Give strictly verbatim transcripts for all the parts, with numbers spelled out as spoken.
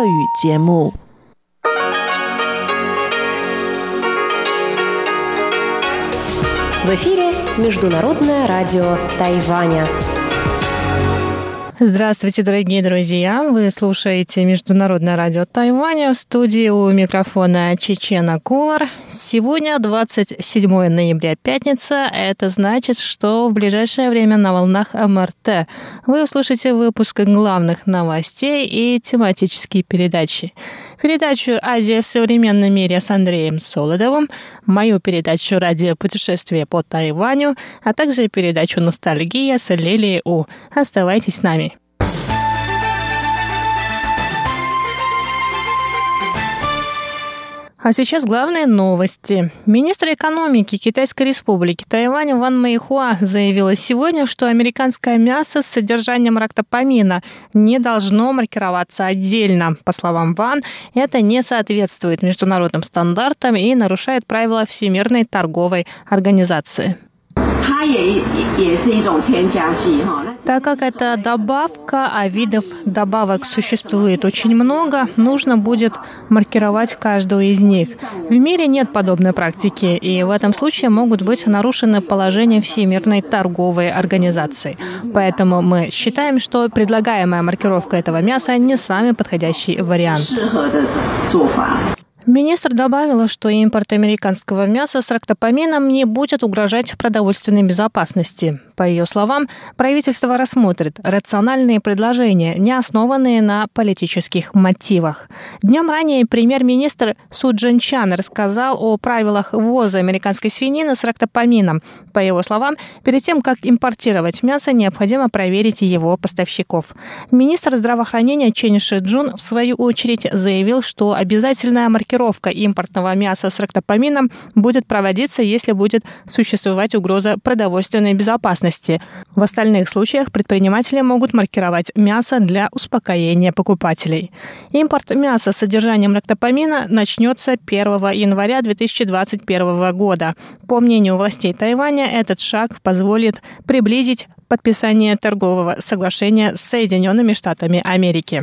语节目。В эфире Международное радио Тайваня. Здравствуйте, дорогие друзья! Вы слушаете Международное радио Тайваня. В студии у микрофона Чечена Кулар. Сегодня двадцать седьмое ноября, пятница. Это значит, что в ближайшее время на волнах эм эр тэ вы услышите выпуск главных новостей и тематические передачи. Передачу «Азия в современном мире» с Андреем Солодовым, мою передачу «Радиопутешествие по Тайваню», а также передачу «Ностальгия» с Лилией У. Оставайтесь с нами. А сейчас главные новости. Министр экономики Китайской республики Тайвань Ван Мэйхуа заявила сегодня, что американское мясо с содержанием рактопамина не должно маркироваться отдельно. По словам Ван, это не соответствует международным стандартам и нарушает правила Всемирной торговой организации. Так как это добавка, а видов добавок существует очень много, нужно будет маркировать каждую из них. В мире нет подобной практики, и в этом случае могут быть нарушены положения Всемирной торговой организации. Поэтому мы считаем, что предлагаемая маркировка этого мяса не самый подходящий вариант. Министр добавила, что импорт американского мяса с рактопамином не будет угрожать продовольственной безопасности. По ее словам, правительство рассмотрит рациональные предложения, не основанные на политических мотивах. Днем ранее премьер-министр Су Чжэньчан рассказал о правилах ввоза американской свинины с рактопамином. По его словам, перед тем, как импортировать мясо, необходимо проверить его поставщиков. Министр здравоохранения Чен Шиджун, в свою очередь, заявил, что обязательная маркировка импортного мяса с рактопамином будет проводиться, если будет существовать угроза продовольственной безопасности. В остальных случаях предприниматели могут маркировать мясо для успокоения покупателей. Импорт мяса с содержанием рактопамина начнется первого января две тысячи двадцать первого года. По мнению властей Тайваня, этот шаг позволит приблизить подписание торгового соглашения с Соединенными Штатами Америки.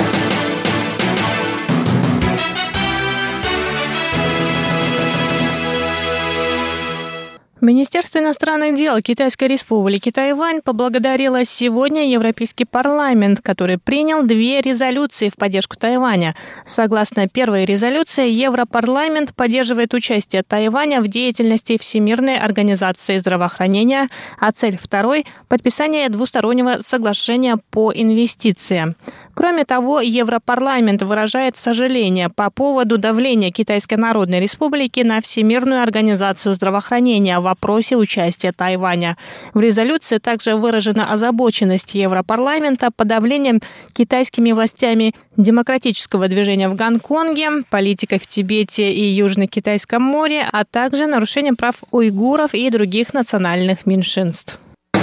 Министерство иностранных дел Китайской республики Тайвань поблагодарило сегодня Европейский парламент, который принял две резолюции в поддержку Тайваня. Согласно первой резолюции, Европарламент поддерживает участие Тайваня в деятельности Всемирной организации здравоохранения, а цель второй – подписание двустороннего соглашения по инвестициям. Кроме того, Европарламент выражает сожаление по поводу давления Китайской Народной Республики на Всемирную организацию здравоохранения в вопросе участия Тайваня. В резолюции также выражена озабоченность Европарламента подавлением китайскими властями демократического движения в Гонконге, политикой в Тибете и Южно-Китайском море, а также нарушением прав уйгуров и других национальных меньшинств.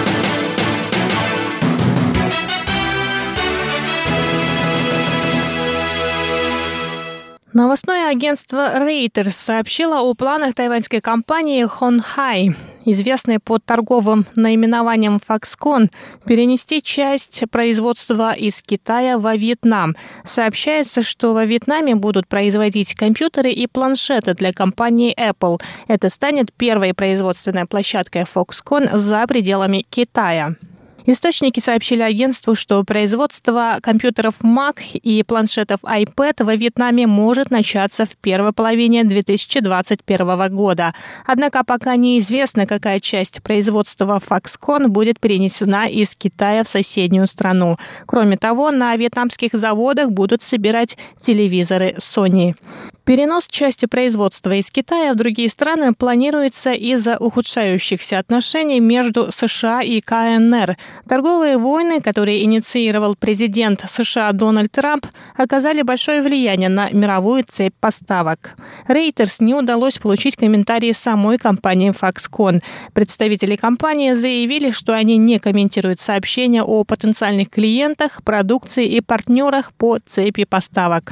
Новостное агентство Reuters сообщило о планах тайваньской компании Hon Hai, известной под торговым наименованием Foxconn, перенести часть производства из Китая во Вьетнам. Сообщается, что во Вьетнаме будут производить компьютеры и планшеты для компании Apple. Это станет первой производственной площадкой Foxconn за пределами Китая. Источники сообщили агентству, что производство компьютеров Mac и планшетов iPad во Вьетнаме может начаться в первой половине две тысячи двадцать первого года. Однако пока неизвестно, какая часть производства Foxconn будет перенесена из Китая в соседнюю страну. Кроме того, на вьетнамских заводах будут собирать телевизоры Sony. Перенос части производства из Китая в другие страны планируется из-за ухудшающихся отношений между США и ка эн эр. Торговые войны, которые инициировал президент США Дональд Трамп, оказали большое влияние на мировую цепь поставок. Reuters не удалось получить комментарии самой компании Foxconn. Представители компании заявили, что они не комментируют сообщения о потенциальных клиентах, продукции и партнерах по цепи поставок.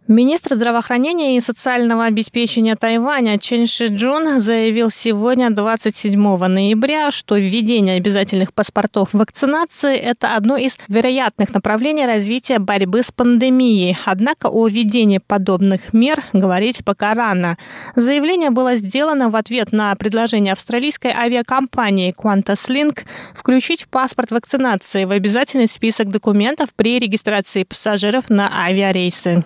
Министр здравоохранения и социального обеспечения Тайваня Чен Ши-чжун заявил сегодня, двадцать седьмого ноября, что введение обязательных паспортов вакцинации – это одно из вероятных направлений развития борьбы с пандемией. Однако о введении подобных мер говорить пока рано. Заявление было сделано в ответ на предложение австралийской авиакомпании QantasLink включить паспорт вакцинации в обязательный список документов при регистрации пассажиров на авиарейсы.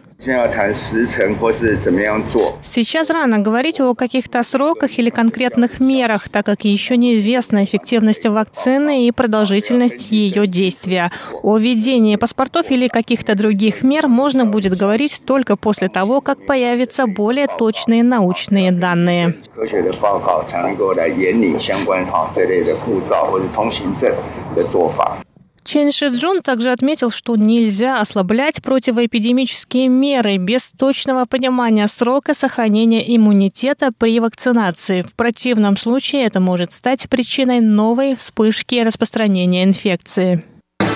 Сейчас рано говорить о каких-то сроках или конкретных мерах, так как еще неизвестна эффективность вакцины и продолжительность ее действия. О введении паспортов или каких-то других мер можно будет говорить только после того, как появятся более точные научные данные. Чен Ши-чжун также отметил, что нельзя ослаблять противоэпидемические меры без точного понимания срока сохранения иммунитета при вакцинации. В противном случае это может стать причиной новой вспышки распространения инфекции.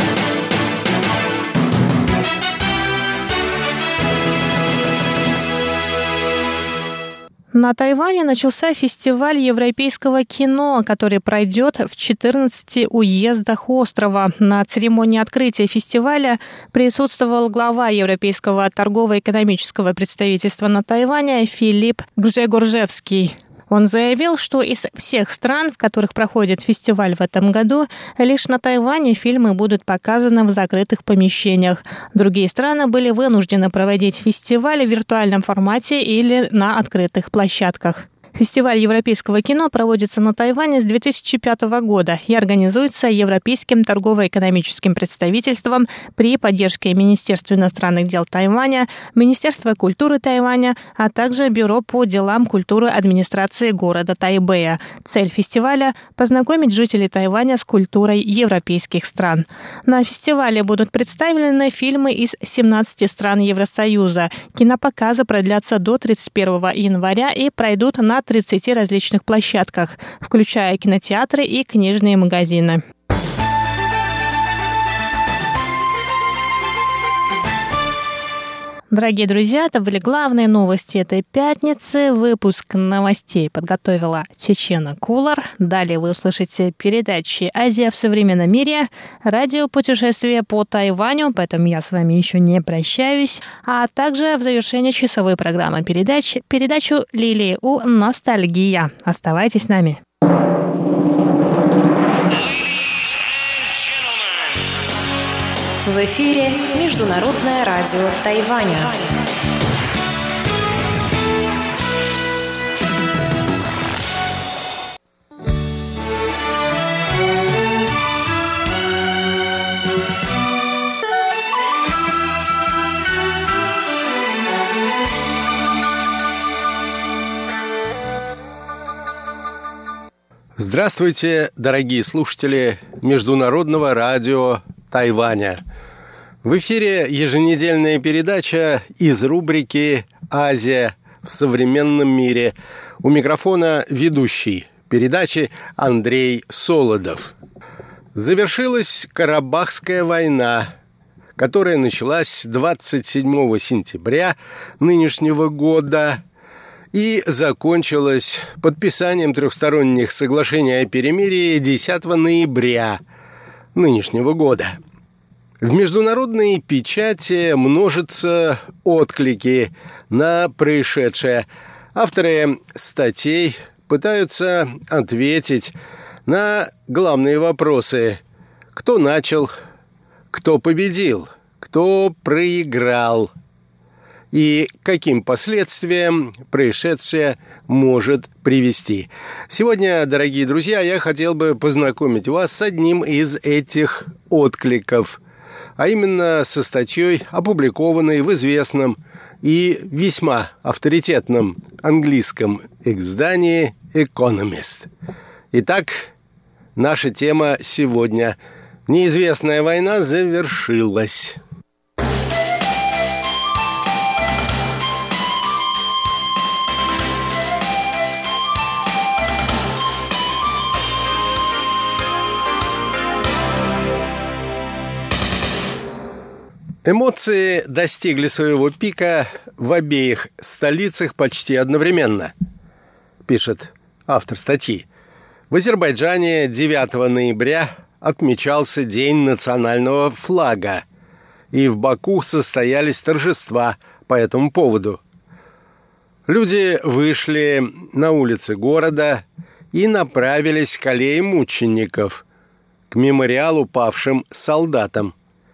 На Тайване начался фестиваль европейского кино, который пройдет в четырнадцати уездах острова. На церемонии открытия фестиваля присутствовал глава Европейского торгово-экономического представительства на Тайване Филипп Гжегоржевский. Он заявил, что из всех стран, в которых проходит фестиваль в этом году, лишь на Тайване фильмы будут показаны в закрытых помещениях. Другие страны были вынуждены проводить фестиваль в виртуальном формате или на открытых площадках. Фестиваль европейского кино проводится на Тайване с две тысячи пятого года и организуется Европейским торгово-экономическим представительством при поддержке Министерства иностранных дел Тайваня, Министерства культуры Тайваня, а также Бюро по делам культуры администрации города Тайбэя. Цель фестиваля – познакомить жителей Тайваня с культурой европейских стран. На фестивале будут представлены фильмы из семнадцати стран Евросоюза. Кинопоказы продлятся до тридцать первого января и пройдут на тридцати различных площадках, включая кинотеатры и книжные магазины. Дорогие друзья, это были главные новости этой пятницы. Выпуск новостей подготовила Чечена Кулар. Далее вы услышите передачи «Азия в современном мире», радиопутешествие по Тайваню, поэтому я с вами еще не прощаюсь, а также в завершении часовой программы передач передачу Лилии У «Ностальгия». Оставайтесь с нами. В эфире Международное радио Тайваня. Здравствуйте, дорогие слушатели Международного радио Тайваня. В эфире еженедельная передача из рубрики «Азия в современном мире». У микрофона ведущий передачи Андрей Солодов. Завершилась Карабахская война, которая началась двадцать седьмого сентября нынешнего года и закончилась подписанием трехсторонних соглашений о перемирии десятого ноября нынешнего года. В международной печати множатся отклики на происшедшее. Авторы статей пытаются ответить на главные вопросы: кто начал, кто победил, кто проиграл и каким последствиям происшедшее может привести. Сегодня, дорогие друзья, я хотел бы познакомить вас с одним из этих откликов, а именно со статьей, опубликованной в известном и весьма авторитетном английском издании «Economist». Итак, наша тема сегодня: неизвестная война завершилась. Эмоции достигли своего пика в обеих столицах почти одновременно, пишет автор статьи. В Азербайджане девятого ноября отмечался День национального флага, и в Баку состоялись торжества по этому поводу. Люди вышли на улицы города и направились к аллее мучеников, к мемориалу павшим солдатам.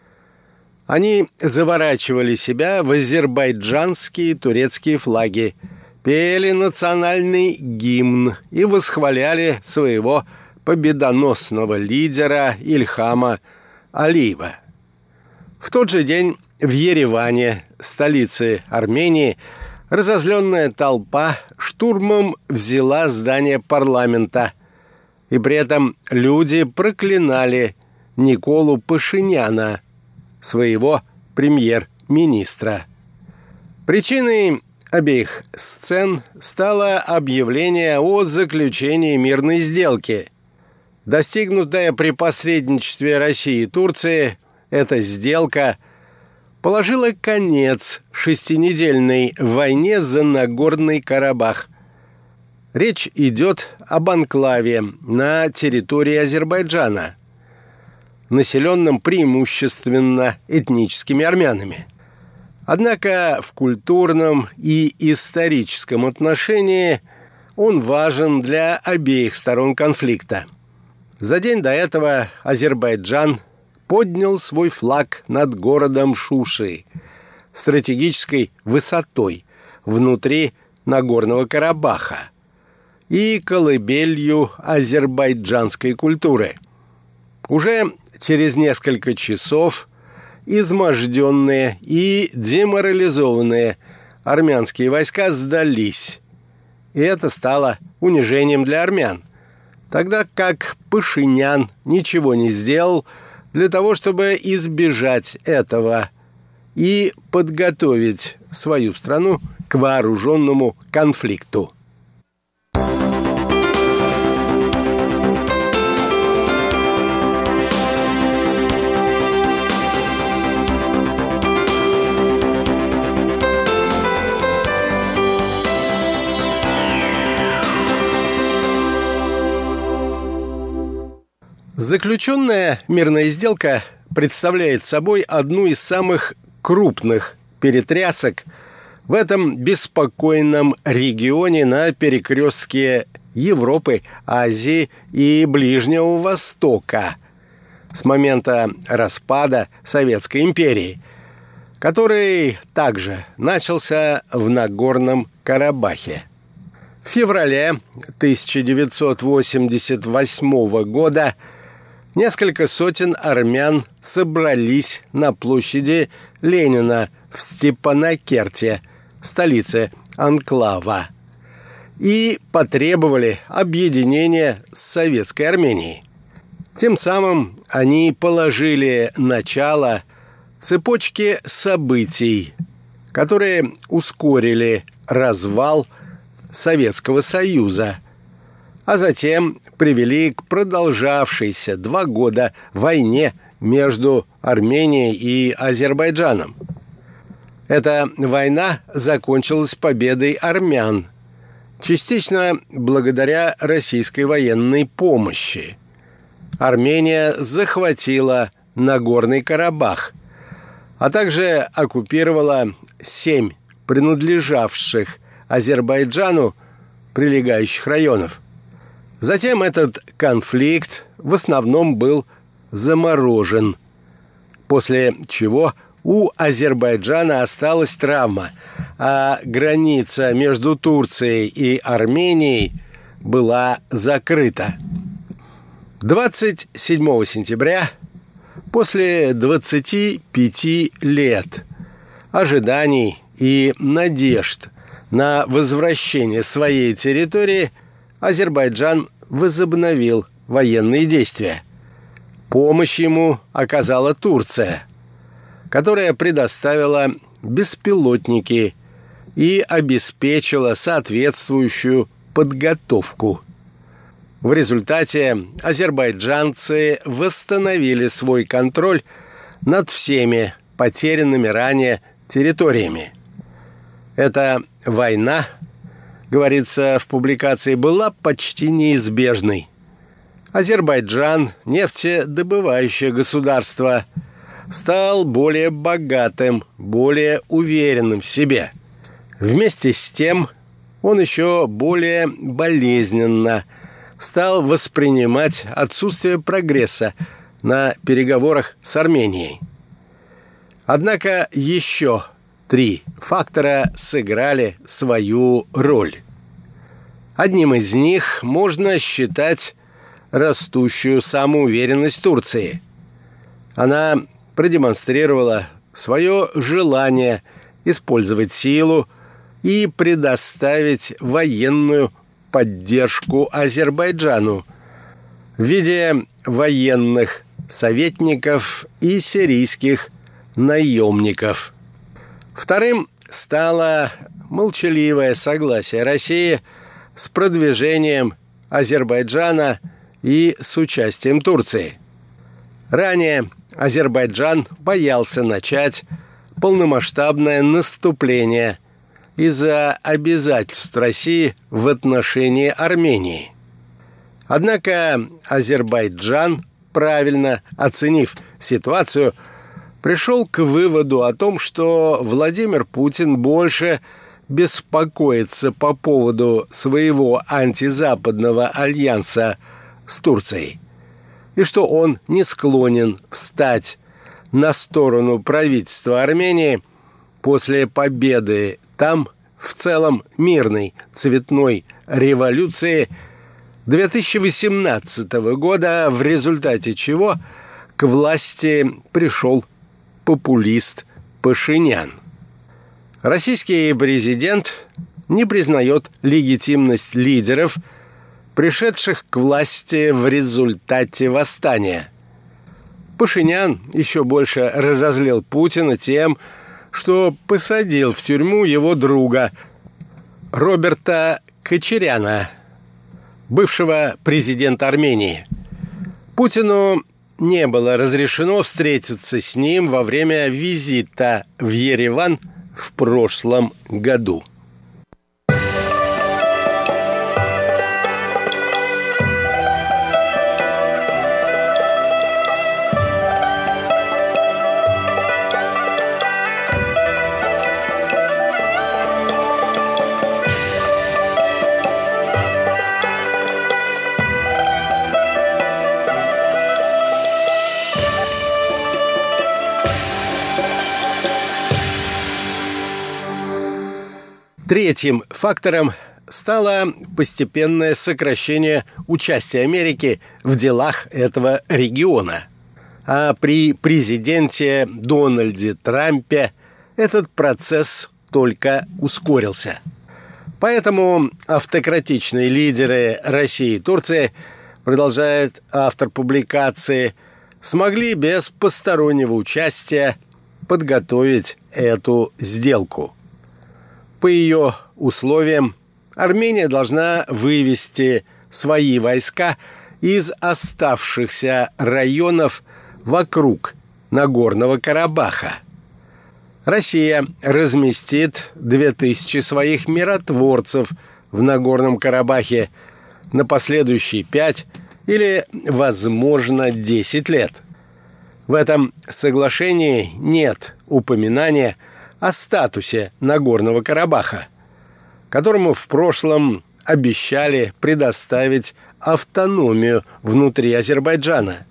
Они заворачивали себя в азербайджанские турецкие флаги, пели национальный гимн и восхваляли своего победоносного лидера Ильхама Алиева. В тот же день в Ереване, столице Армении, разозленная толпа штурмом взяла здание парламента, и при этом люди проклинали Николу Пашиняна, своего премьер-министра. Причиной обеих сцен стало объявление о заключении мирной сделки. Достигнутая при посредничестве России и Турции, эта сделка положила конец шестинедельной войне за Нагорный Карабах. Речь идет об анклаве на территории Азербайджана, населенном преимущественно этническими армянами. Однако в культурном и историческом отношении он важен для обеих сторон конфликта. За день до этого Азербайджан поднял свой флаг над городом Шуши, стратегической высотой внутри Нагорного Карабаха и колыбелью азербайджанской культуры. Уже через несколько часов изможденные и деморализованные армянские войска сдались, и это стало унижением для армян, тогда как Пашинян ничего не сделал для того, чтобы избежать этого и подготовить свою страну к вооруженному конфликту. Заключенная мирная сделка представляет собой одну из самых крупных перетрясок в этом беспокойном регионе на перекрестке Европы, Азии и Ближнего Востока с момента распада Советской империи, который также начался в Нагорном Карабахе. В феврале тысяча девятьсот восемьдесят восьмого года несколько сотен армян собрались на площади Ленина в Степанакерте, столице анклава, и потребовали объединения с Советской Арменией. Тем самым они положили начало цепочке событий, которые ускорили развал Советского Союза, а затем привели к продолжавшейся два года войне между Арменией и Азербайджаном. Эта война закончилась победой армян, частично благодаря российской военной помощи. Армения захватила Нагорный Карабах, а также оккупировала семь принадлежавших Азербайджану прилегающих районов. Затем этот конфликт в основном был заморожен, после чего у Азербайджана осталась травма, а граница между Турцией и Арменией была закрыта. двадцать седьмого сентября, после двадцати пяти лет ожиданий и надежд на возвращение своей территории, Азербайджан возобновил военные действия. Помощь ему оказала Турция, которая предоставила беспилотники и обеспечила соответствующую подготовку. В результате азербайджанцы восстановили свой контроль над всеми потерянными ранее территориями. Эта война, говорится в публикации, была почти неизбежной. Азербайджан, нефтедобывающее государство, стал более богатым, более уверенным в себе. Вместе с тем он еще более болезненно стал воспринимать отсутствие прогресса на переговорах с Арменией. Однако еще три фактора сыграли свою роль. Одним из них можно считать растущую самоуверенность Турции. Она продемонстрировала свое желание использовать силу и предоставить военную поддержку Азербайджану в виде военных советников и сирийских наемников. Вторым стало молчаливое согласие России с продвижением Азербайджана и с участием Турции. Ранее Азербайджан боялся начать полномасштабное наступление из-за обязательств России в отношении Армении. Однако Азербайджан, правильно оценив ситуацию, пришел к выводу о том, что Владимир Путин больше беспокоится по поводу своего антизападного альянса с Турцией, и что он не склонен встать на сторону правительства Армении после победы там в целом мирной цветной революции две тысячи восемнадцатого года, в результате чего к власти пришел популист Пашинян. Российский президент не признает легитимность лидеров, пришедших к власти в результате восстания. Пашинян еще больше разозлил Путина тем, что посадил в тюрьму его друга Роберта Кочаряна, бывшего президента Армении. Путину не было разрешено встретиться с ним во время визита в Ереван в прошлом году. Третьим фактором стало постепенное сокращение участия Америки в делах этого региона. А при президенте Дональде Трампе этот процесс только ускорился. Поэтому автократичные лидеры России и Турции, продолжает автор публикации, смогли без постороннего участия подготовить эту сделку. По ее условиям Армения должна вывести свои войска из оставшихся районов вокруг Нагорного Карабаха. Россия разместит две тысячи своих миротворцев в Нагорном Карабахе на последующие пять или, возможно, десять лет. В этом соглашении нет упоминания о статусе Нагорного Карабаха, которому в прошлом обещали предоставить автономию внутри Азербайджана.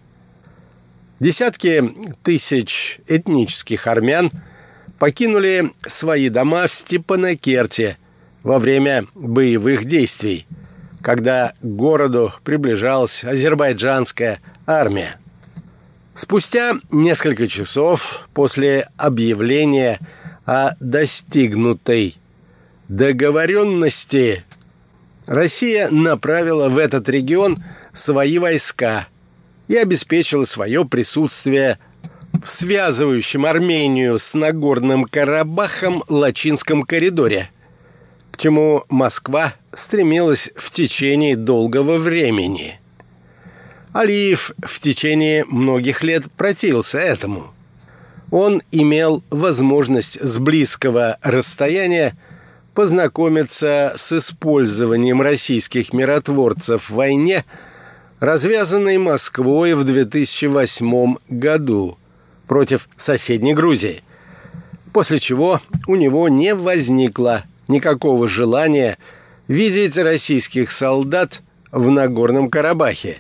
Десятки тысяч этнических армян покинули свои дома в Степанакерте во время боевых действий, когда к городу приближалась азербайджанская армия. Спустя несколько часов после объявления о достигнутой договоренности Россия направила в этот регион свои войска и обеспечила свое присутствие в связывающем Армению с Нагорным Карабахом Лачинском коридоре, к чему Москва стремилась в течение долгого времени. Алиев в течение многих лет противился этому. он имел возможность с близкого расстояния познакомиться с использованием российских миротворцев в войне, развязанной Москвой в две тысячи восьмом году против соседней Грузии, после чего у него не возникло никакого желания видеть российских солдат в Нагорном Карабахе.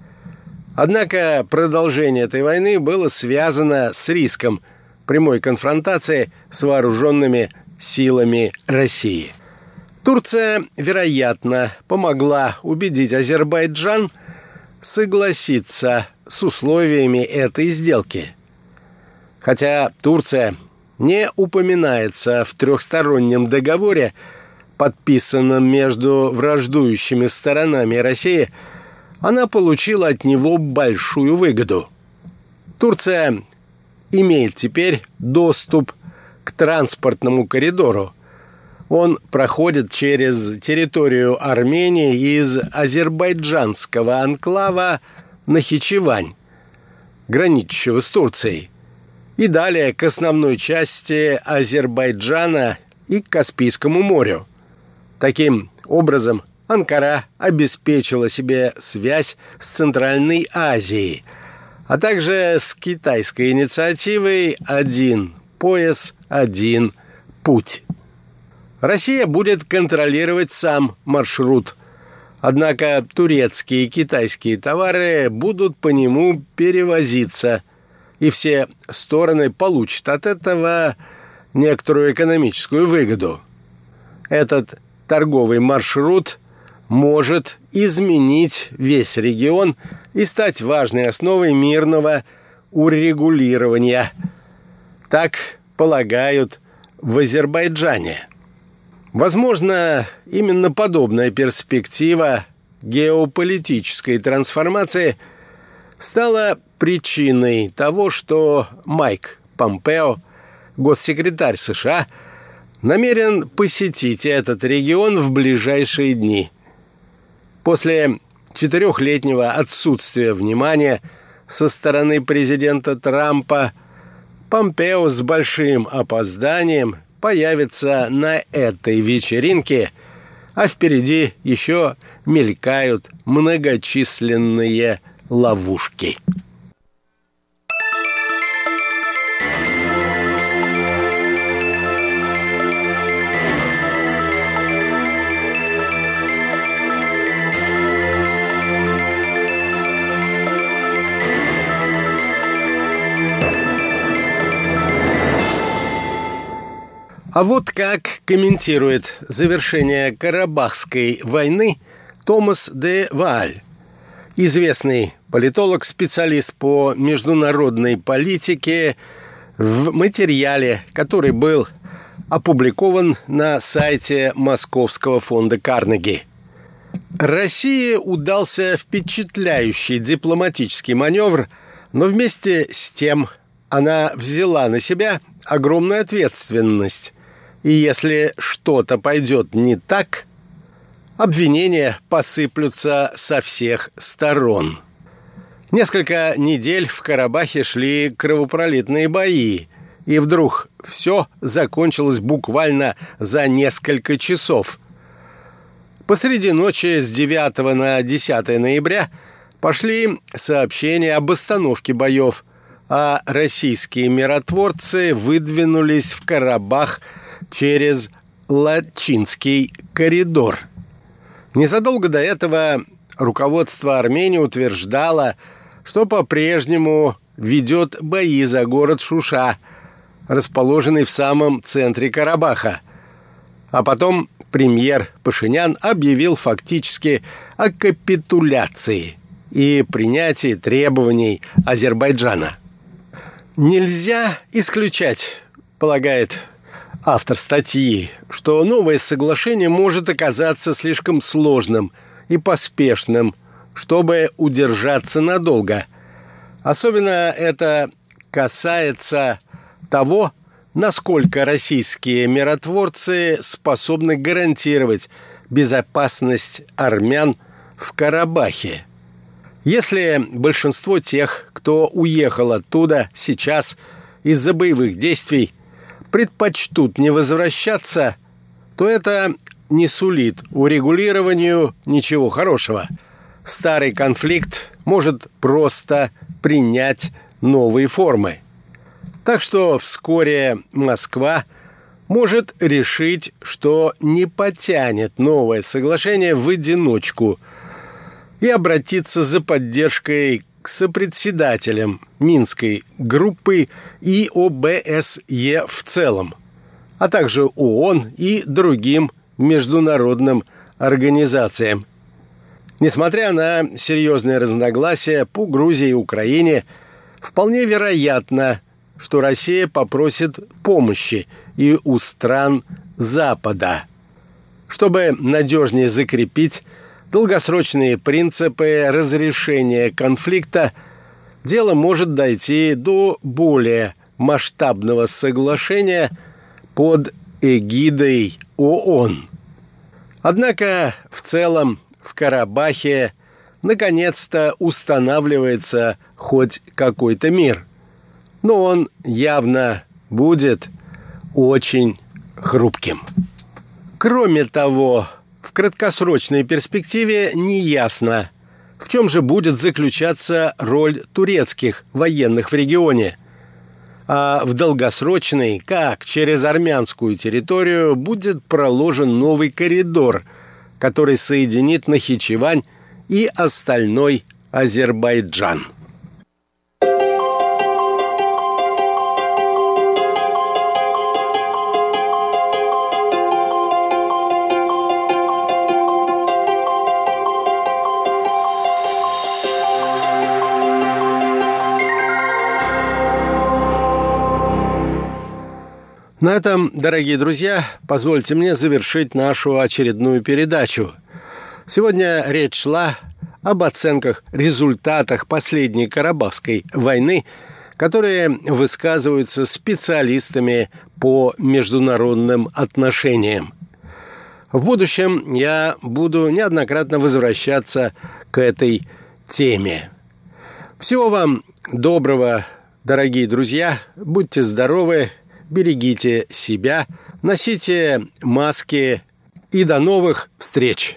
Однако продолжение этой войны было связано с риском прямой конфронтации с вооруженными силами России. Турция, вероятно, помогла убедить Азербайджан согласиться с условиями этой сделки. Хотя Турция не упоминается в трехстороннем договоре, подписанном между враждующими сторонами России, она получила от него большую выгоду. Турция имеет теперь доступ к транспортному коридору. Он проходит через территорию Армении из азербайджанского анклава Нахичевань, граничащего с Турцией, и далее к основной части Азербайджана и к Каспийскому морю. Таким образом, Анкара обеспечила себе связь с Центральной Азией, а также с китайской инициативой «Один пояс, один путь». Россия будет контролировать сам маршрут, однако турецкие и китайские товары будут по нему перевозиться, и все стороны получат от этого некоторую экономическую выгоду. Этот торговый маршрут может изменить весь регион и стать важной основой мирного урегулирования. Так полагают в Азербайджане. Возможно, именно подобная перспектива геополитической трансформации стала причиной того, что Майк Помпео, госсекретарь США, намерен посетить этот регион в ближайшие дни. После четырехлетнего отсутствия внимания со стороны президента Трампа, Помпео с большим опозданием появится на этой вечеринке, а впереди еще мелькают многочисленные ловушки. А вот как комментирует завершение Карабахской войны Томас де Вааль, известный политолог, специалист по международной политике, в материале, который был опубликован на сайте Московского фонда Карнеги. России удался впечатляющий дипломатический маневр, но вместе с тем она взяла на себя огромную ответственность. И если что-то пойдет не так, обвинения посыплются со всех сторон. Несколько недель в Карабахе шли кровопролитные бои, и вдруг все закончилось буквально за несколько часов. Посреди ночи с девятого на десятое ноября пошли сообщения об остановке боев, а российские миротворцы выдвинулись в Карабах через Лачинский коридор. Незадолго до этого руководство Армении утверждало, что по-прежнему ведет бои за город Шуша, расположенный в самом центре Карабаха. А потом премьер Пашинян объявил фактически о капитуляции и принятии требований Азербайджана. Нельзя исключать, полагает автор статьи, что новое соглашение может оказаться слишком сложным и поспешным, чтобы удержаться надолго. Особенно это касается того, насколько российские миротворцы способны гарантировать безопасность армян в Карабахе. Если большинство тех, кто уехал оттуда сейчас из-за боевых действий предпочтут не возвращаться, то это не сулит урегулированию ничего хорошего. Старый конфликт может просто принять новые формы. Так что вскоре Москва может решить, что не потянет новое соглашение в одиночку и обратиться за поддержкой к сопредседателям Минской группы и о бэ эс е в целом, а также ООН и другим международным организациям. Несмотря на серьезные разногласия по Грузии и Украине, вполне вероятно, что Россия попросит помощи и у стран Запада, чтобы надежнее закрепить долгосрочные принципы разрешения конфликта. Дело может дойти до более масштабного соглашения под эгидой ООН. Однако в целом в Карабахе наконец-то устанавливается хоть какой-то мир. Но он явно будет очень хрупким. Кроме того, в краткосрочной перспективе неясно, в чем же будет заключаться роль турецких военных в регионе, а в долгосрочной, как через армянскую территорию, будет проложен новый коридор, который соединит Нахичевань и остальной Азербайджан. На этом, дорогие друзья, позвольте мне завершить нашу очередную передачу. Сегодня речь шла об оценках, результатах последней Карабахской войны, которые высказываются специалистами по международным отношениям. В будущем я буду неоднократно возвращаться к этой теме. Всего вам доброго, дорогие друзья, будьте здоровы, берегите себя, носите маски и до новых встреч!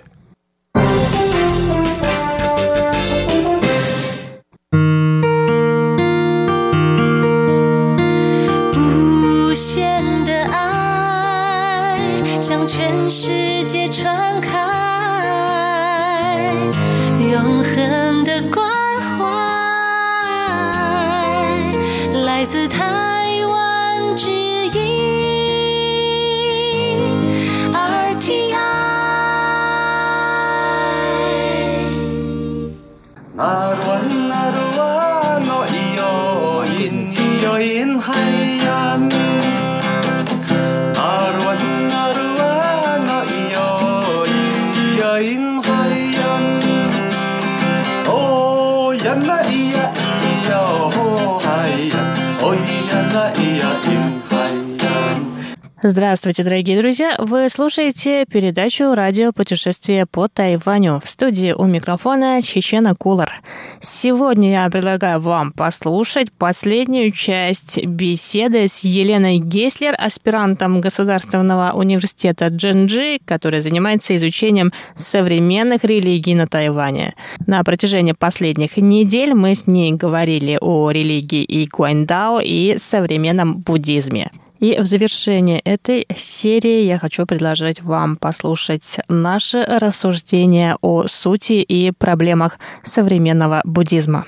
Здравствуйте, дорогие друзья! Вы слушаете передачу «Радио путешествие по Тайваню». В студии у микрофона Чечена Кулар. Сегодня я предлагаю вам послушать последнюю часть беседы с Еленой Геслер, аспирантом Государственного университета Чжэньчжи, который занимается изучением современных религий на Тайване. На протяжении последних недель мы с ней говорили о религии Игуаньдао и современном буддизме. И в завершение этой серии я хочу предложить вам послушать наши рассуждения о сути и проблемах современного буддизма.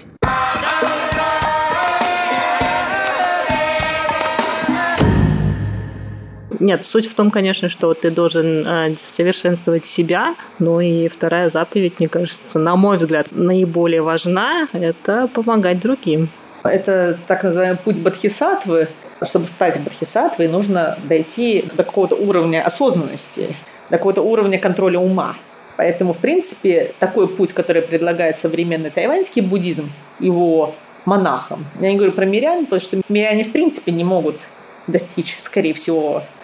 Нет, суть в том, конечно, что ты должен э, совершенствовать себя, но и вторая заповедь, мне кажется, на мой взгляд, наиболее важна – это помогать другим. Это так называемый путь бодхисаттвы. Чтобы стать бодхисаттвой, нужно дойти до какого-то уровня осознанности, до какого-то уровня контроля ума. Поэтому, в принципе, такой путь, который предлагает современный тайваньский буддизм его монахам. Я не говорю про мирян, потому что миряне, в принципе, не могут достичь, скорее всего,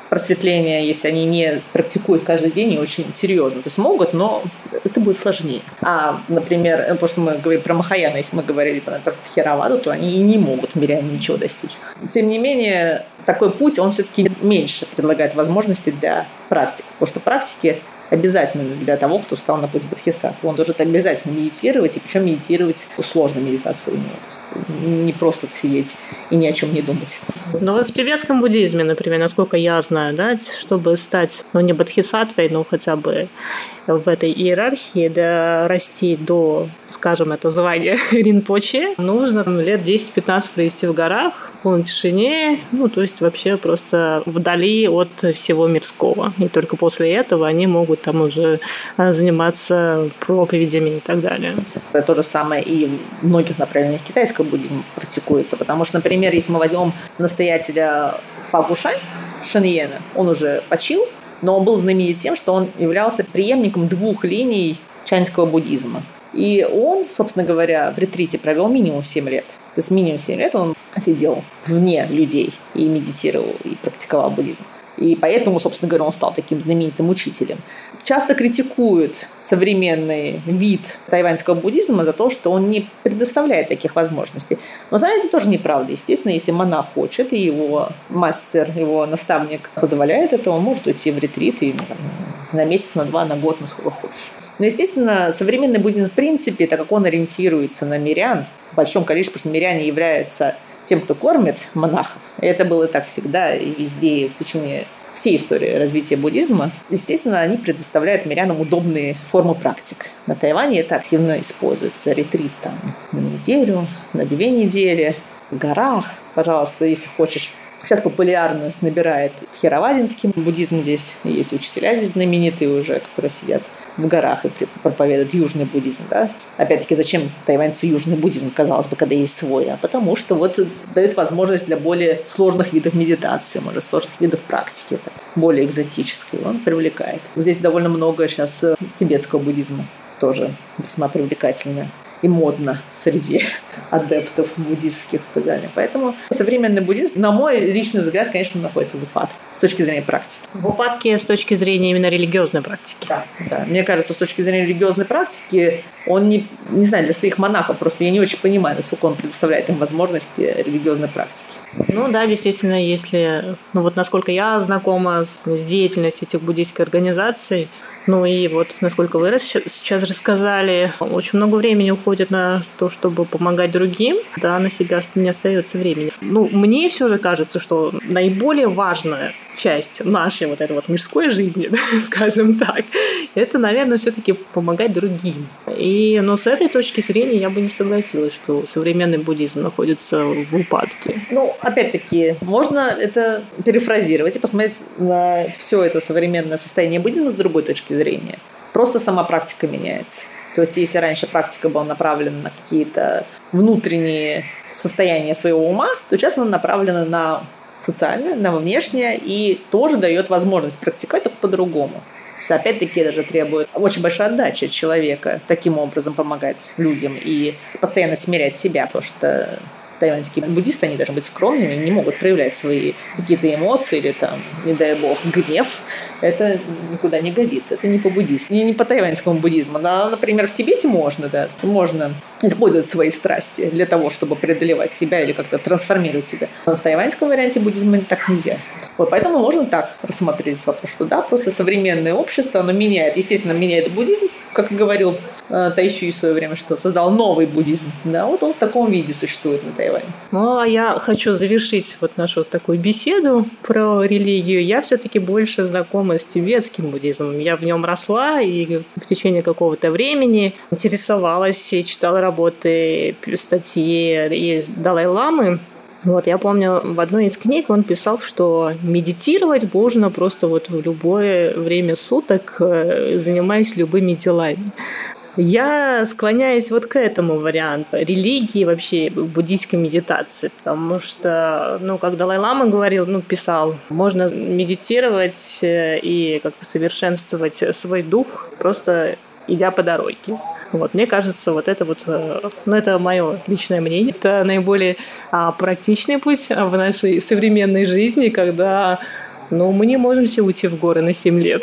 просветления, если они не практикуют каждый день и очень серьезно. То есть могут, но это будет сложнее. А, например, потому что мы говорим про Махаяну, если мы говорили про Тхераваду, то они и не могут миряне ничего достичь. Тем не менее, такой путь, он все-таки меньше предлагает возможности для практики, потому что практики обязательно для того, кто встал на путь бодхисаттвы. Он должен обязательно медитировать, и причем медитировать сложно медитацию. То есть не просто сидеть и ни о чем не думать. Но вот в тибетском буддизме, например, насколько я знаю, да, чтобы стать, ну, не бодхисаттвой, но хотя бы в этой иерархии, да, расти до, скажем, это звание ринпоче, нужно там, лет десять-пятнадцать провести в горах, в полной тишине, ну, то есть вообще просто вдали от всего мирского. И только после этого они могут там уже заниматься проповедями и так далее. Это то же самое и в многих направлениях китайского буддизма практикуется, потому что, например, если мы возьмем настоятеля Фагушань Шэньена, он уже почил, но он был знаменит тем, что он являлся преемником двух линий чаньского буддизма. И он, собственно говоря, в ретрите провел минимум семь лет. То есть минимум семь лет он сидел вне людей и медитировал, и практиковал буддизм. И поэтому, собственно говоря, он стал таким знаменитым учителем. Часто критикуют современный вид тайваньского буддизма за то, что он не предоставляет таких возможностей. Но, знаете, это тоже неправда. Естественно, если монах хочет, и его мастер, его наставник позволяет это, он может уйти в ретрит и там, на месяц, на два, на год, насколько хочешь. Но, естественно, современный буддизм в принципе, так как он ориентируется на мирян, в большом количестве, потому что миряне являются тем, кто кормит монахов. И это было так всегда и везде, и в течение всей истории развития буддизма. Естественно, они предоставляют мирянам удобные формы практик. На Тайване это активно используется. Ретрит там на неделю, на две недели, в горах. Пожалуйста, если хочешь. Сейчас популярность набирает тхеравадинский буддизм здесь. Есть учителя здесь знаменитые уже, которые сидят в горах и проповедуют южный буддизм. Да? Опять-таки, зачем тайваньцу южный буддизм, казалось бы, когда есть свой? А потому что вот дает возможность для более сложных видов медитации, может, сложных видов практики, более экзотической. Он привлекает. Здесь довольно много сейчас тибетского буддизма, тоже весьма привлекательно и модно среди адептов буддистских и так далее. Поэтому современный буддизм, на мой личный взгляд, конечно, находится в упадке с точки зрения практики. В упадке с точки зрения именно религиозной практики. Да, да. Мне кажется, с точки зрения религиозной практики, он не, не знаю, для своих монахов, просто я не очень понимаю, насколько он предоставляет им возможности религиозной практики. Ну да, действительно, если, ну вот насколько я знакома с, с деятельностью этих буддийских организаций, ну и вот насколько вы сейчас рассказали, очень много времени уходит на то, чтобы помогать другим, да, на себя не остается времени. Ну, мне все же кажется, что наиболее важная часть нашей вот этой вот мирской жизни, да, скажем так, это, наверное, все-таки помогать другим. И, но с этой точки зрения я бы не согласилась, что современный буддизм находится в упадке. Ну, опять-таки, можно это перефразировать и посмотреть на все это современное состояние буддизма с другой точки зрения. Просто сама практика меняется. То есть, если раньше практика была направлена на какие-то внутренние состояния своего ума, то сейчас она направлена на социальное, на внешнее и тоже дает возможность практиковать только по-другому. То есть, опять-таки, даже требует очень большой отдачи от человека таким образом помогать людям и постоянно смирять себя, потому что тайваньские буддисты, они должны быть скромными, не могут проявлять свои какие-то эмоции или там, не дай бог, гнев. Это никуда не годится. Это не по-буддистски, не, не по тайваньскому буддизму. Но, например, в Тибете можно, да, можно использовать свои страсти для того, чтобы преодолевать себя или как-то трансформировать себя. Но в тайваньском варианте буддизма так нельзя. Вот, поэтому можно так рассмотреть вопрос, что да, просто современное общество, оно меняет, естественно, меняет буддизм, как и говорил э, Тайшуй в свое время, что создал новый буддизм. Да, вот он в таком виде существует на Тайване. Ну, а я хочу завершить вот нашу такую беседу про религию. Я все-таки больше знакома с тибетским буддизмом. Я в нем росла и в течение какого-то времени интересовалась и читала работы, статьи и Далай-ламы. Вот, я помню, в одной из книг он писал, что медитировать можно просто вот в любое время суток, занимаясь любыми делами. Я склоняюсь вот к этому варианту религии, вообще буддийской медитации, потому что, ну, как Далай-лама говорил, ну, писал, можно медитировать и как-то совершенствовать свой дух, просто идя по дороге. Вот, мне кажется, вот это вот, ну, это мое личное мнение. Это наиболее а, практичный путь в нашей современной жизни, когда Но мы не можем все уйти в горы на семь лет.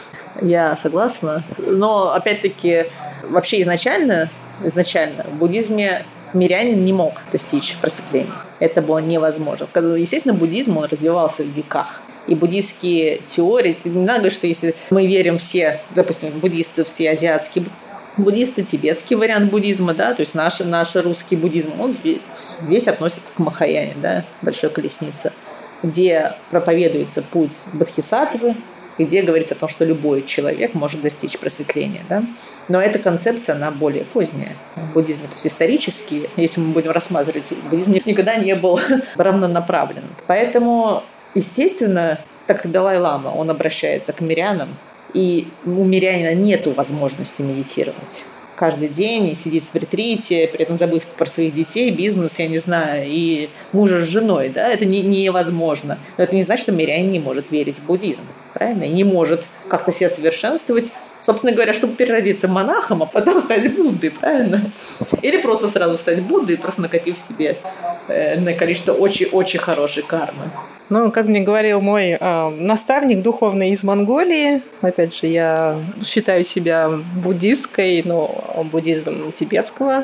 Я согласна. Но, опять-таки, вообще изначально, изначально в буддизме мирянин не мог достичь просветления. Это было невозможно. Естественно, буддизм, он развивался в веках. И буддийские теории, не надо говорить, что если мы верим все, допустим, буддисты, все азиатские буддисты, тибетский вариант буддизма, да, то есть наш, наш русский буддизм, он весь относится к Махаяне, да, большой колеснице, где проповедуется путь бодхисаттвы, где говорится о том, что любой человек может достичь просветления. Да? Но эта концепция, она более поздняя в буддизме. То есть исторически, если мы будем рассматривать, буддизм никогда не был равнонаправлен. Поэтому, естественно, так как Далай-лама, он обращается к мирянам, и у мирянина нет возможности медитировать каждый день и сидеть в ретрите, при этом забыв про своих детей, бизнес, я не знаю, и мужа с женой, да, это не, невозможно. Но это не значит, что мирянин не может верить в буддизм, правильно? И не может как-то себя совершенствовать, собственно говоря, чтобы переродиться монахом, а потом стать Буддой, правильно? Или просто сразу стать Буддой, просто накопив себе э, на количество очень-очень хорошей кармы. Ну, как мне говорил мой э, наставник духовный из Монголии, опять же, я считаю себя буддисткой, но буддизм тибетского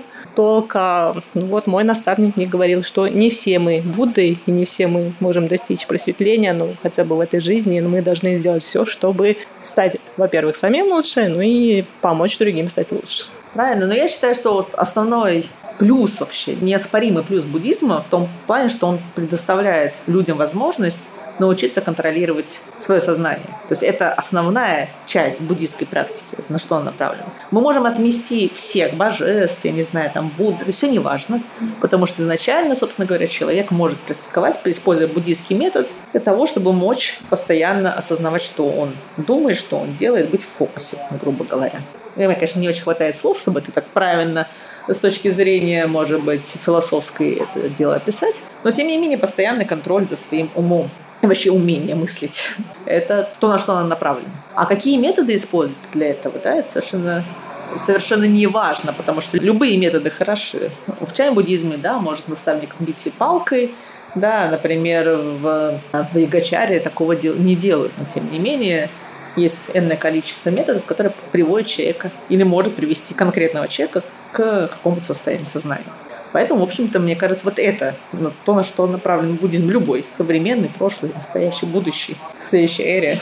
толка. Ну, вот мой наставник мне говорил, что не все мы Будды, и не все мы можем достичь просветления, но хотя бы в этой жизни мы должны сделать все, чтобы стать, во-первых, самим лучше, ну и помочь другим стать лучше. Правильно, но я считаю, что вот основной плюс вообще, неоспоримый плюс буддизма в том плане, что он предоставляет людям возможность научиться контролировать свое сознание. То есть это основная часть буддистской практики, на что он направлен. Мы можем отмести всех божеств, я не знаю, там, Будды, это все не важно, потому что изначально, собственно говоря, человек может практиковать, используя буддийский метод, для того, чтобы мочь постоянно осознавать, что он думает, что он делает, быть в фокусе, грубо говоря. Мне, конечно, не очень хватает слов, чтобы это так правильно с точки зрения, может быть, философской это дело описать. Но, тем не менее, постоянный контроль за своим умом. И вообще умение мыслить. Это то, на что она направлена. А какие методы используются для этого, да, это совершенно, совершенно не важно, потому что любые методы хороши. В чай-буддизме, да, может наставник бить палкой, да, например, в, в йогачаре такого дел, не делают, но, тем не менее, есть энное количество методов, которые приводят человека или может привести конкретного человека к какому-то состоянию сознания. Поэтому, в общем-то, мне кажется, вот это то, на что направлен буддизм любой, современный, прошлый, настоящий, будущий, в следующей эре.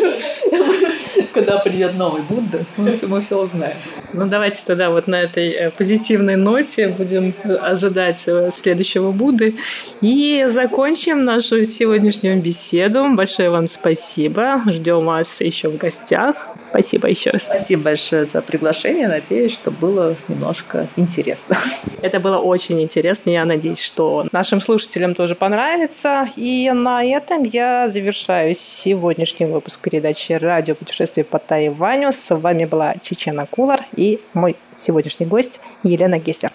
Когда придет новый Будда, мы все, мы все узнаем. Ну, давайте тогда вот на этой позитивной ноте будем ожидать следующего Будды и закончим нашу сегодняшнюю беседу. Большое вам спасибо. Ждем вас еще в гостях. Спасибо еще раз. Спасибо большое за приглашение. Надеюсь, что было немножко интересно. Это было очень интересно. Я надеюсь, что нашим слушателям тоже понравится. И на этом я завершаю сегодняшний выпуск передачи «Радио путешествие по Тайваню». С вами была Чечена Кулар и мой сегодняшний гость Елена Гессер.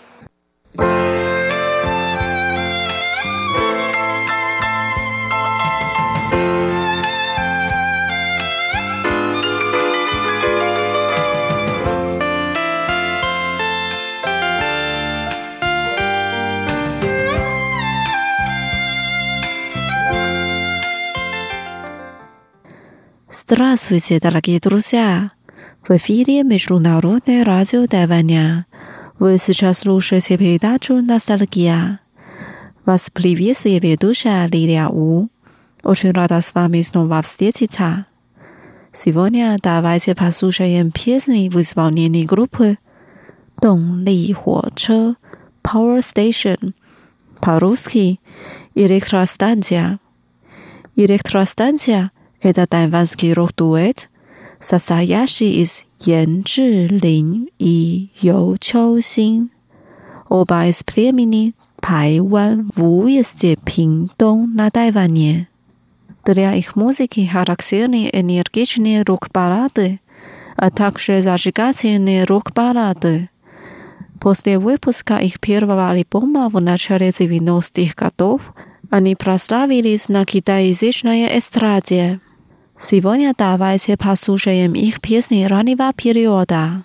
Здравствуйте, дорогие друзья! В эфире Международное радио Тайваня. Вы сейчас слушаете передачу «Ностальгия». Вас приветствует ведущая Лилия У. Очень рада с вами снова встретиться. Сегодня давайте послушаем песни в исполнении группы «Дong Ли Хуо Че» Power Station, по-русски «Электростанция». «Электростанция» — это тайванский рок-дуэт, состоящий из Ян Чжилин и Ю Чжоусин, оба из племени Тайвань в уезде Пиндун на Тайване. Для их музыки характерны энергичные рок-баллады, а также зажигательные рок-баллады. После выпуска их первого альбома в начале девяностых годов они прославились на китаязычной эстраде. Сегодня давайте послушаем их песни раннего периода.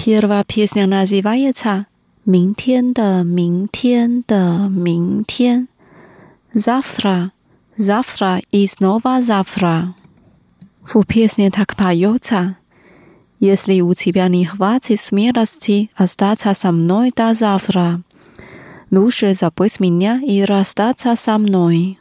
Первая песня называется «Мин тен да мин тен да мин тен». Завтра, завтра и снова завтра. В песне так поется: если у тебя не хватит смелости остаться со мной до завтра, лучше забыть меня и расстаться со мной.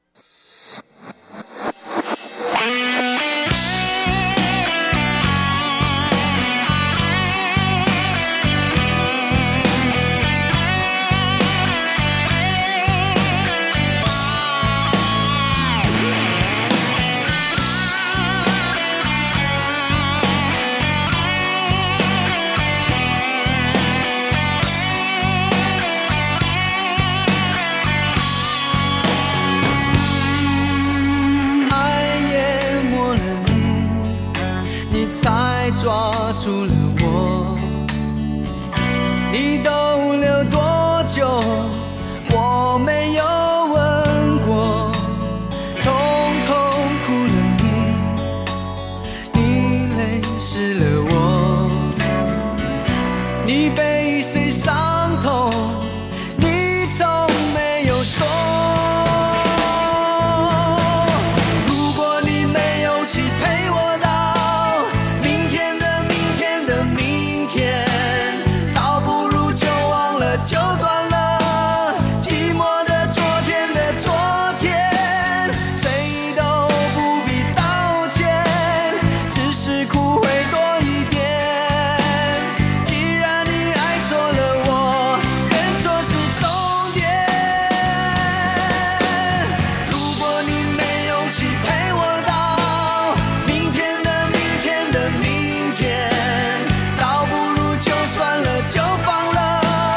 抓住了我，你逗留多久？我没有问过，通通哭了你，你泪湿了我，你被谁伤透？你从没有说。如果你没有去陪我。就断了寂寞的昨天的昨天，谁都不必道歉，只是哭会多一点。既然你爱错了我，认错是重点。如果你没有去陪我到明天的明天的明天，倒不如就算了，就放了。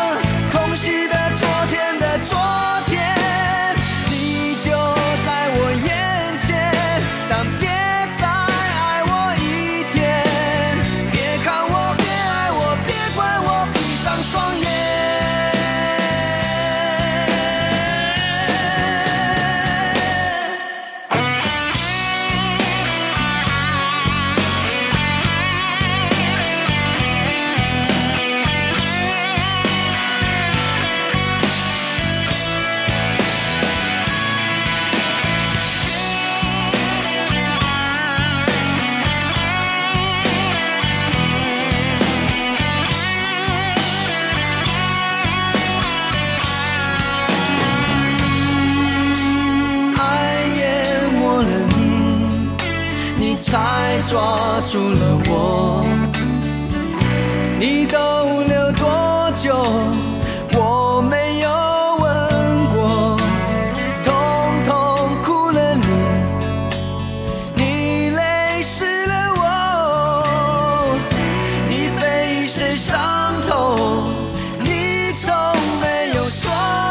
才抓住了我，你逗留多久？我没有问过，通通哭了你，你泪湿了我，你被谁伤透？你从没有说。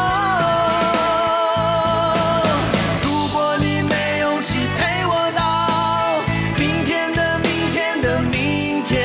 如果你没有去陪我到明天的明天的明天。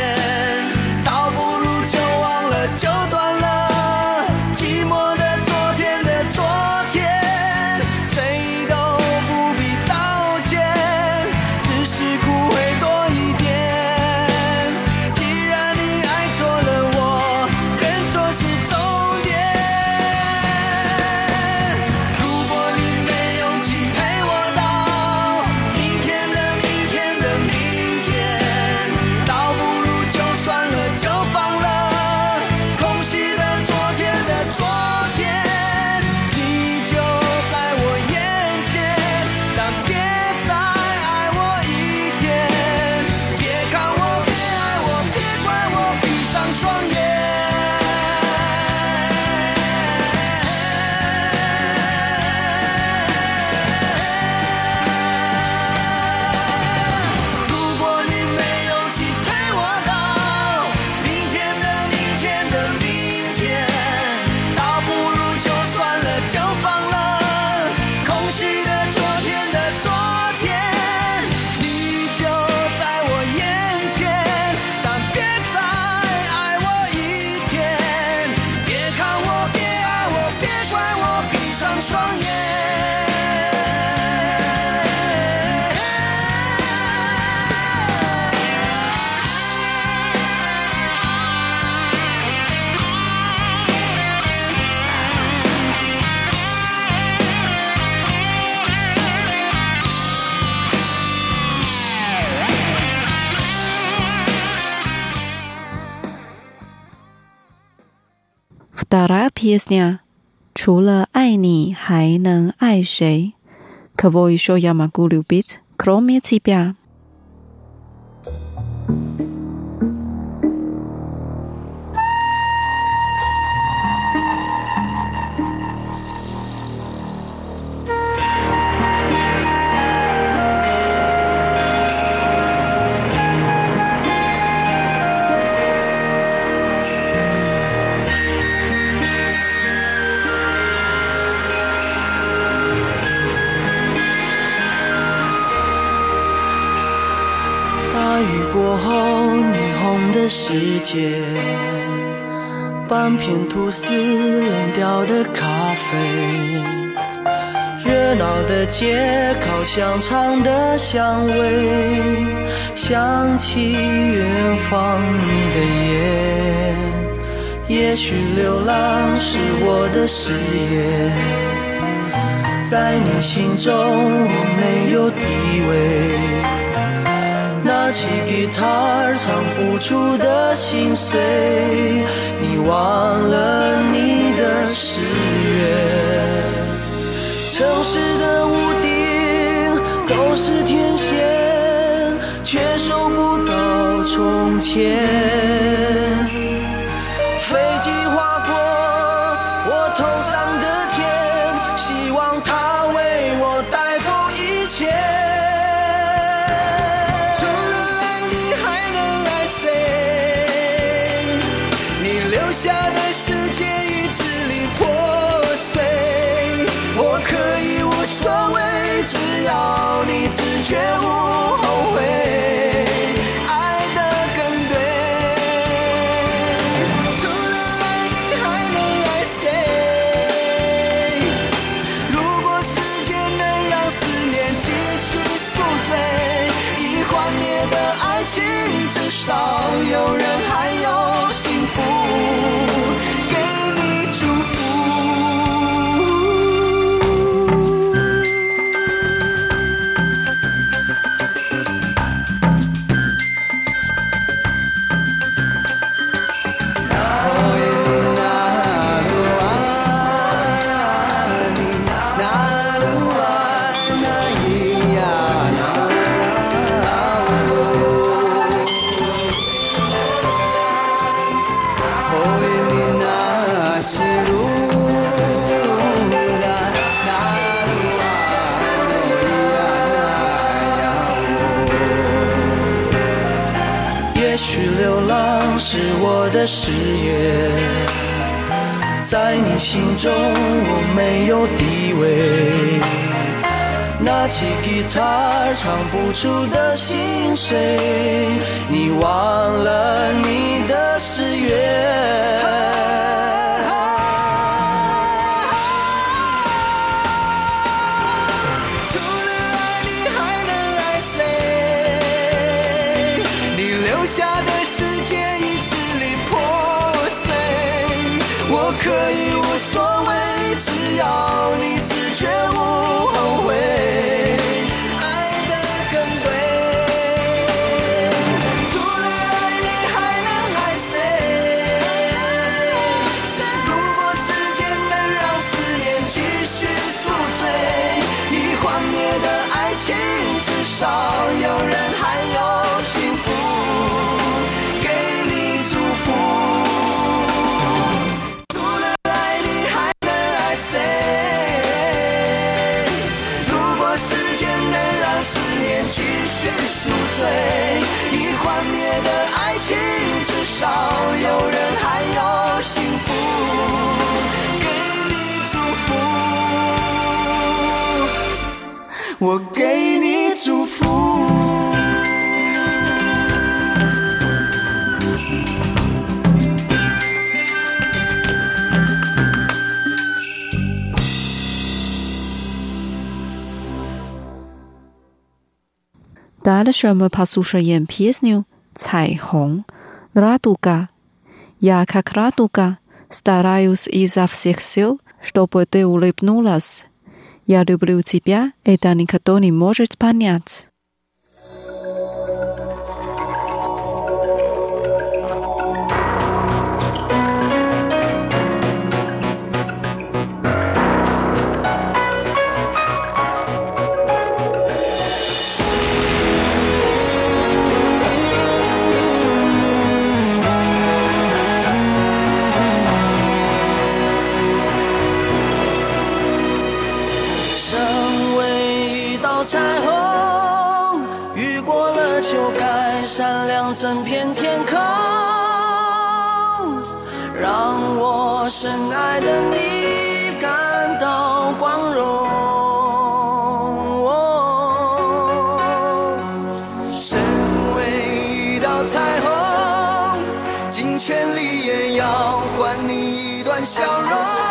песня. 除了爱你还能爱谁? Кого еще я могу любить, кроме тебя? 世界，半片吐司，冷掉的咖啡，热闹的街，烤香肠的香味，想起远方你的眼。也许流浪是我的事业，在你心中我没有地位。拿起吉他唱不出的心碎，你忘了你的誓约。城市的屋顶都是天线，却收不到从前。飞机划过我头上的天，希望它为我带走一切。下的世界已支离破碎，我可以无所谓，只要你自觉无后悔，爱得更对。除了爱你还能爱谁？如果时间能让思念继续宿醉，已幻灭的爱情至少有人还有幸福。誓言，在你心中我没有地位，拿起吉他唱不出的心碎，你忘了你的誓约。除了爱你还能爱谁？你留下的世界已我可以无所谓，只要你自觉无后悔，爱得更对。除了爱你还能爱谁？如果时间能让思念继续宿醉，已幻灭的爱情至少有人还有幸福。已幻灭的爱情至少有人还有幸福，给你祝福，我给你祝福。 Дальше мы послушаем песню «Цайхong» «Радуга». Я как радуга, стараюсь изо всех сил, чтобы ты улыбнулась. Я люблю тебя, это никто не может понять. 彩虹，雨过了就该闪亮整片天空，让我深爱的你感到光荣。身为一道彩虹，尽全力也要还你一段笑容。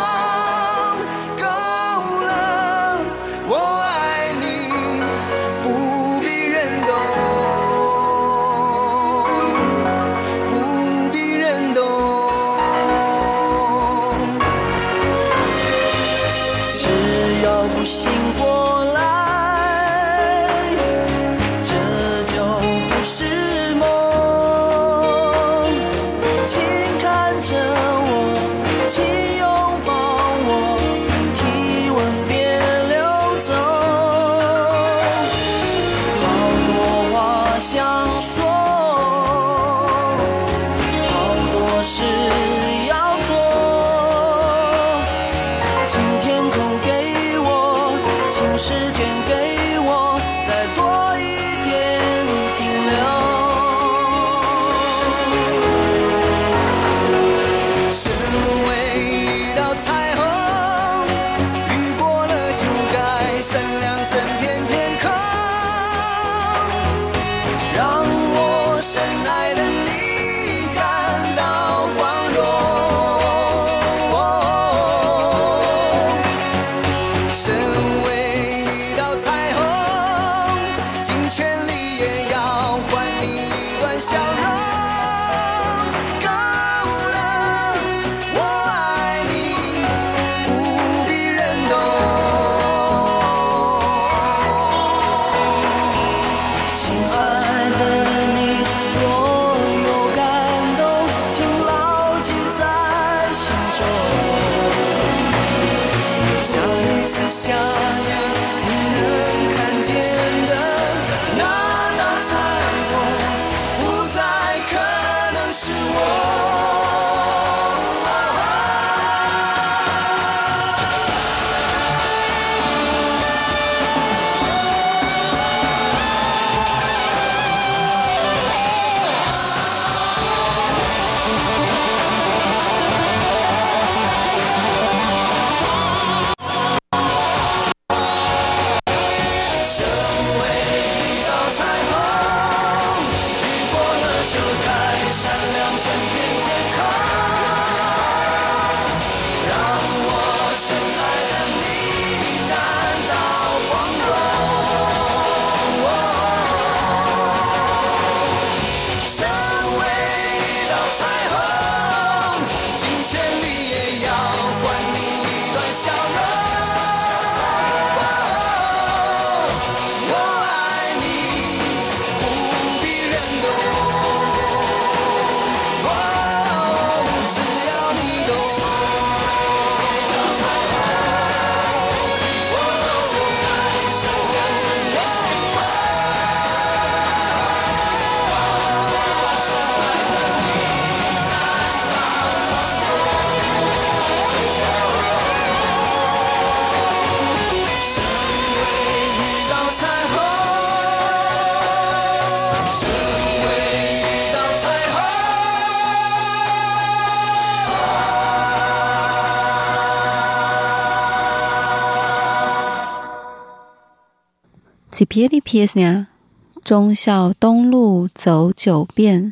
Теперь песня «忠孝东路走九遍».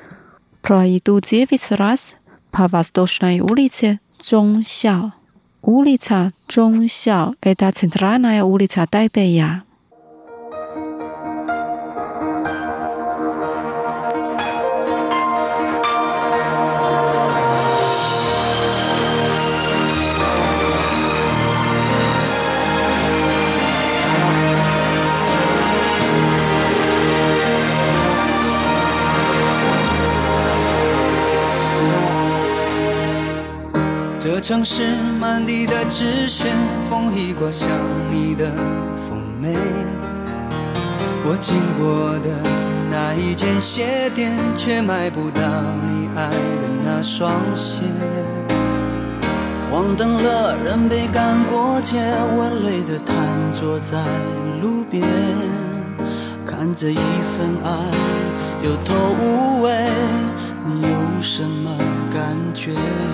Пройду девять раз по Восточной улице忠孝. Улица忠孝– это центральная улица Тайбэя. 这城市满地的纸屑，风一刮像你的妩媚。我经过的那一间鞋店，却买不到你爱的那双鞋。 黄灯了，人被赶过街，我累得瘫坐在路边，看着一份爱有头无尾，你有什么感觉？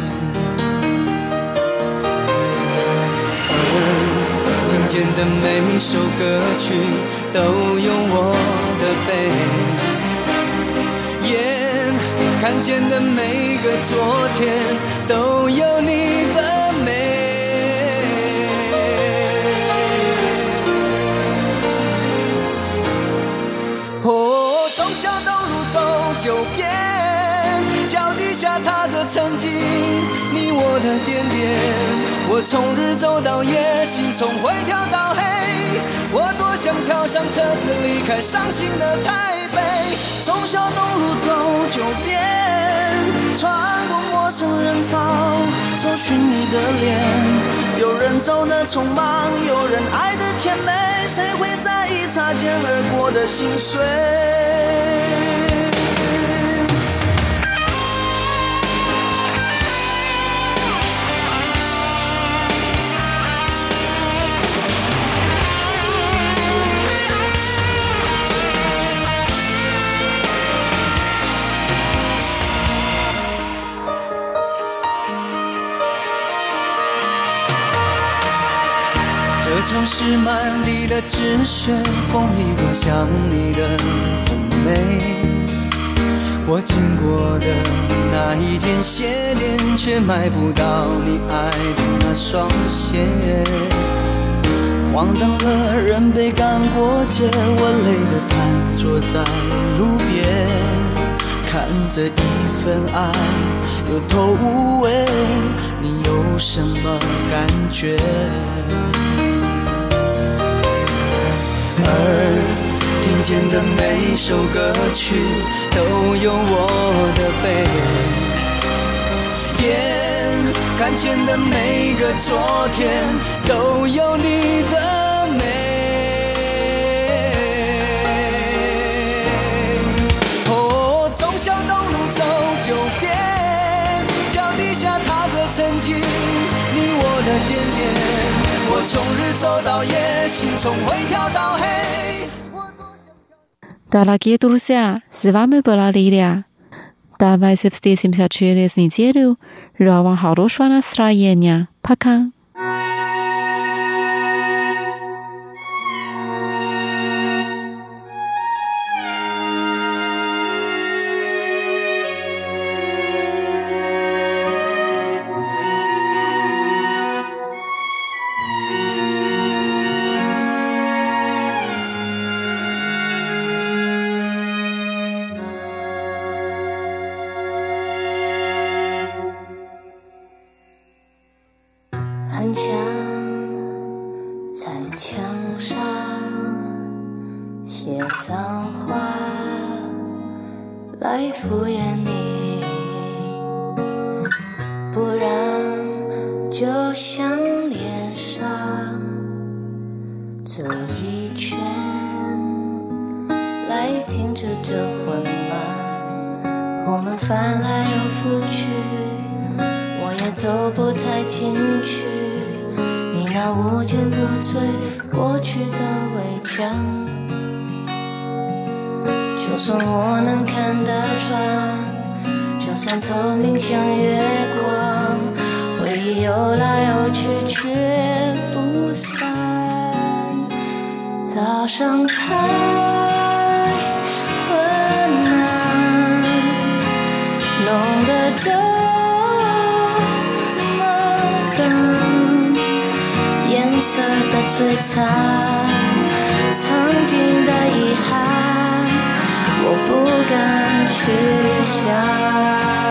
听见的每首歌曲都有我的背，眼看见的每个昨天都有你的美。哦，从小东路走九遍，脚底下踏着曾经你我的点点。我从日走到夜，心从灰跳到黑，我多想跳上车子离开伤心的台北。从小东路走九遍，穿过陌生人潮，搜寻你的脸。有人走得匆忙，有人爱得甜美，谁会在意擦肩而过的心碎？这城市满地的纸屑，风里多像你的妩媚。我经过的那一间鞋店，却买不到你爱的那双鞋。黄灯了，人被赶过街，我累得瘫坐在路边，看着一份爱有头无尾，你有什么感觉？而听见的每首歌曲都有我的背，眼看见的每个昨天都有你的美。哦，从小东路走九遍，脚底下踏着曾经你我的点点。我从日走到夜，心从灰跳到黑。 Дорогие друзья, с вами была Лилия. Давайте встретимся через неделю. Желаю вам хорошего настроения. Пока. 很想在墙上写脏话来敷衍你，不然就像脸上走一圈来停止这混乱，我们翻来又覆去，我也走不太进去，你那无坚不摧过去的围墙，就算我能看得穿，就算透明像月光，回忆游来游去却不散，早上太昏暗，弄得这色的摧残，曾经的遗憾，我不敢去想。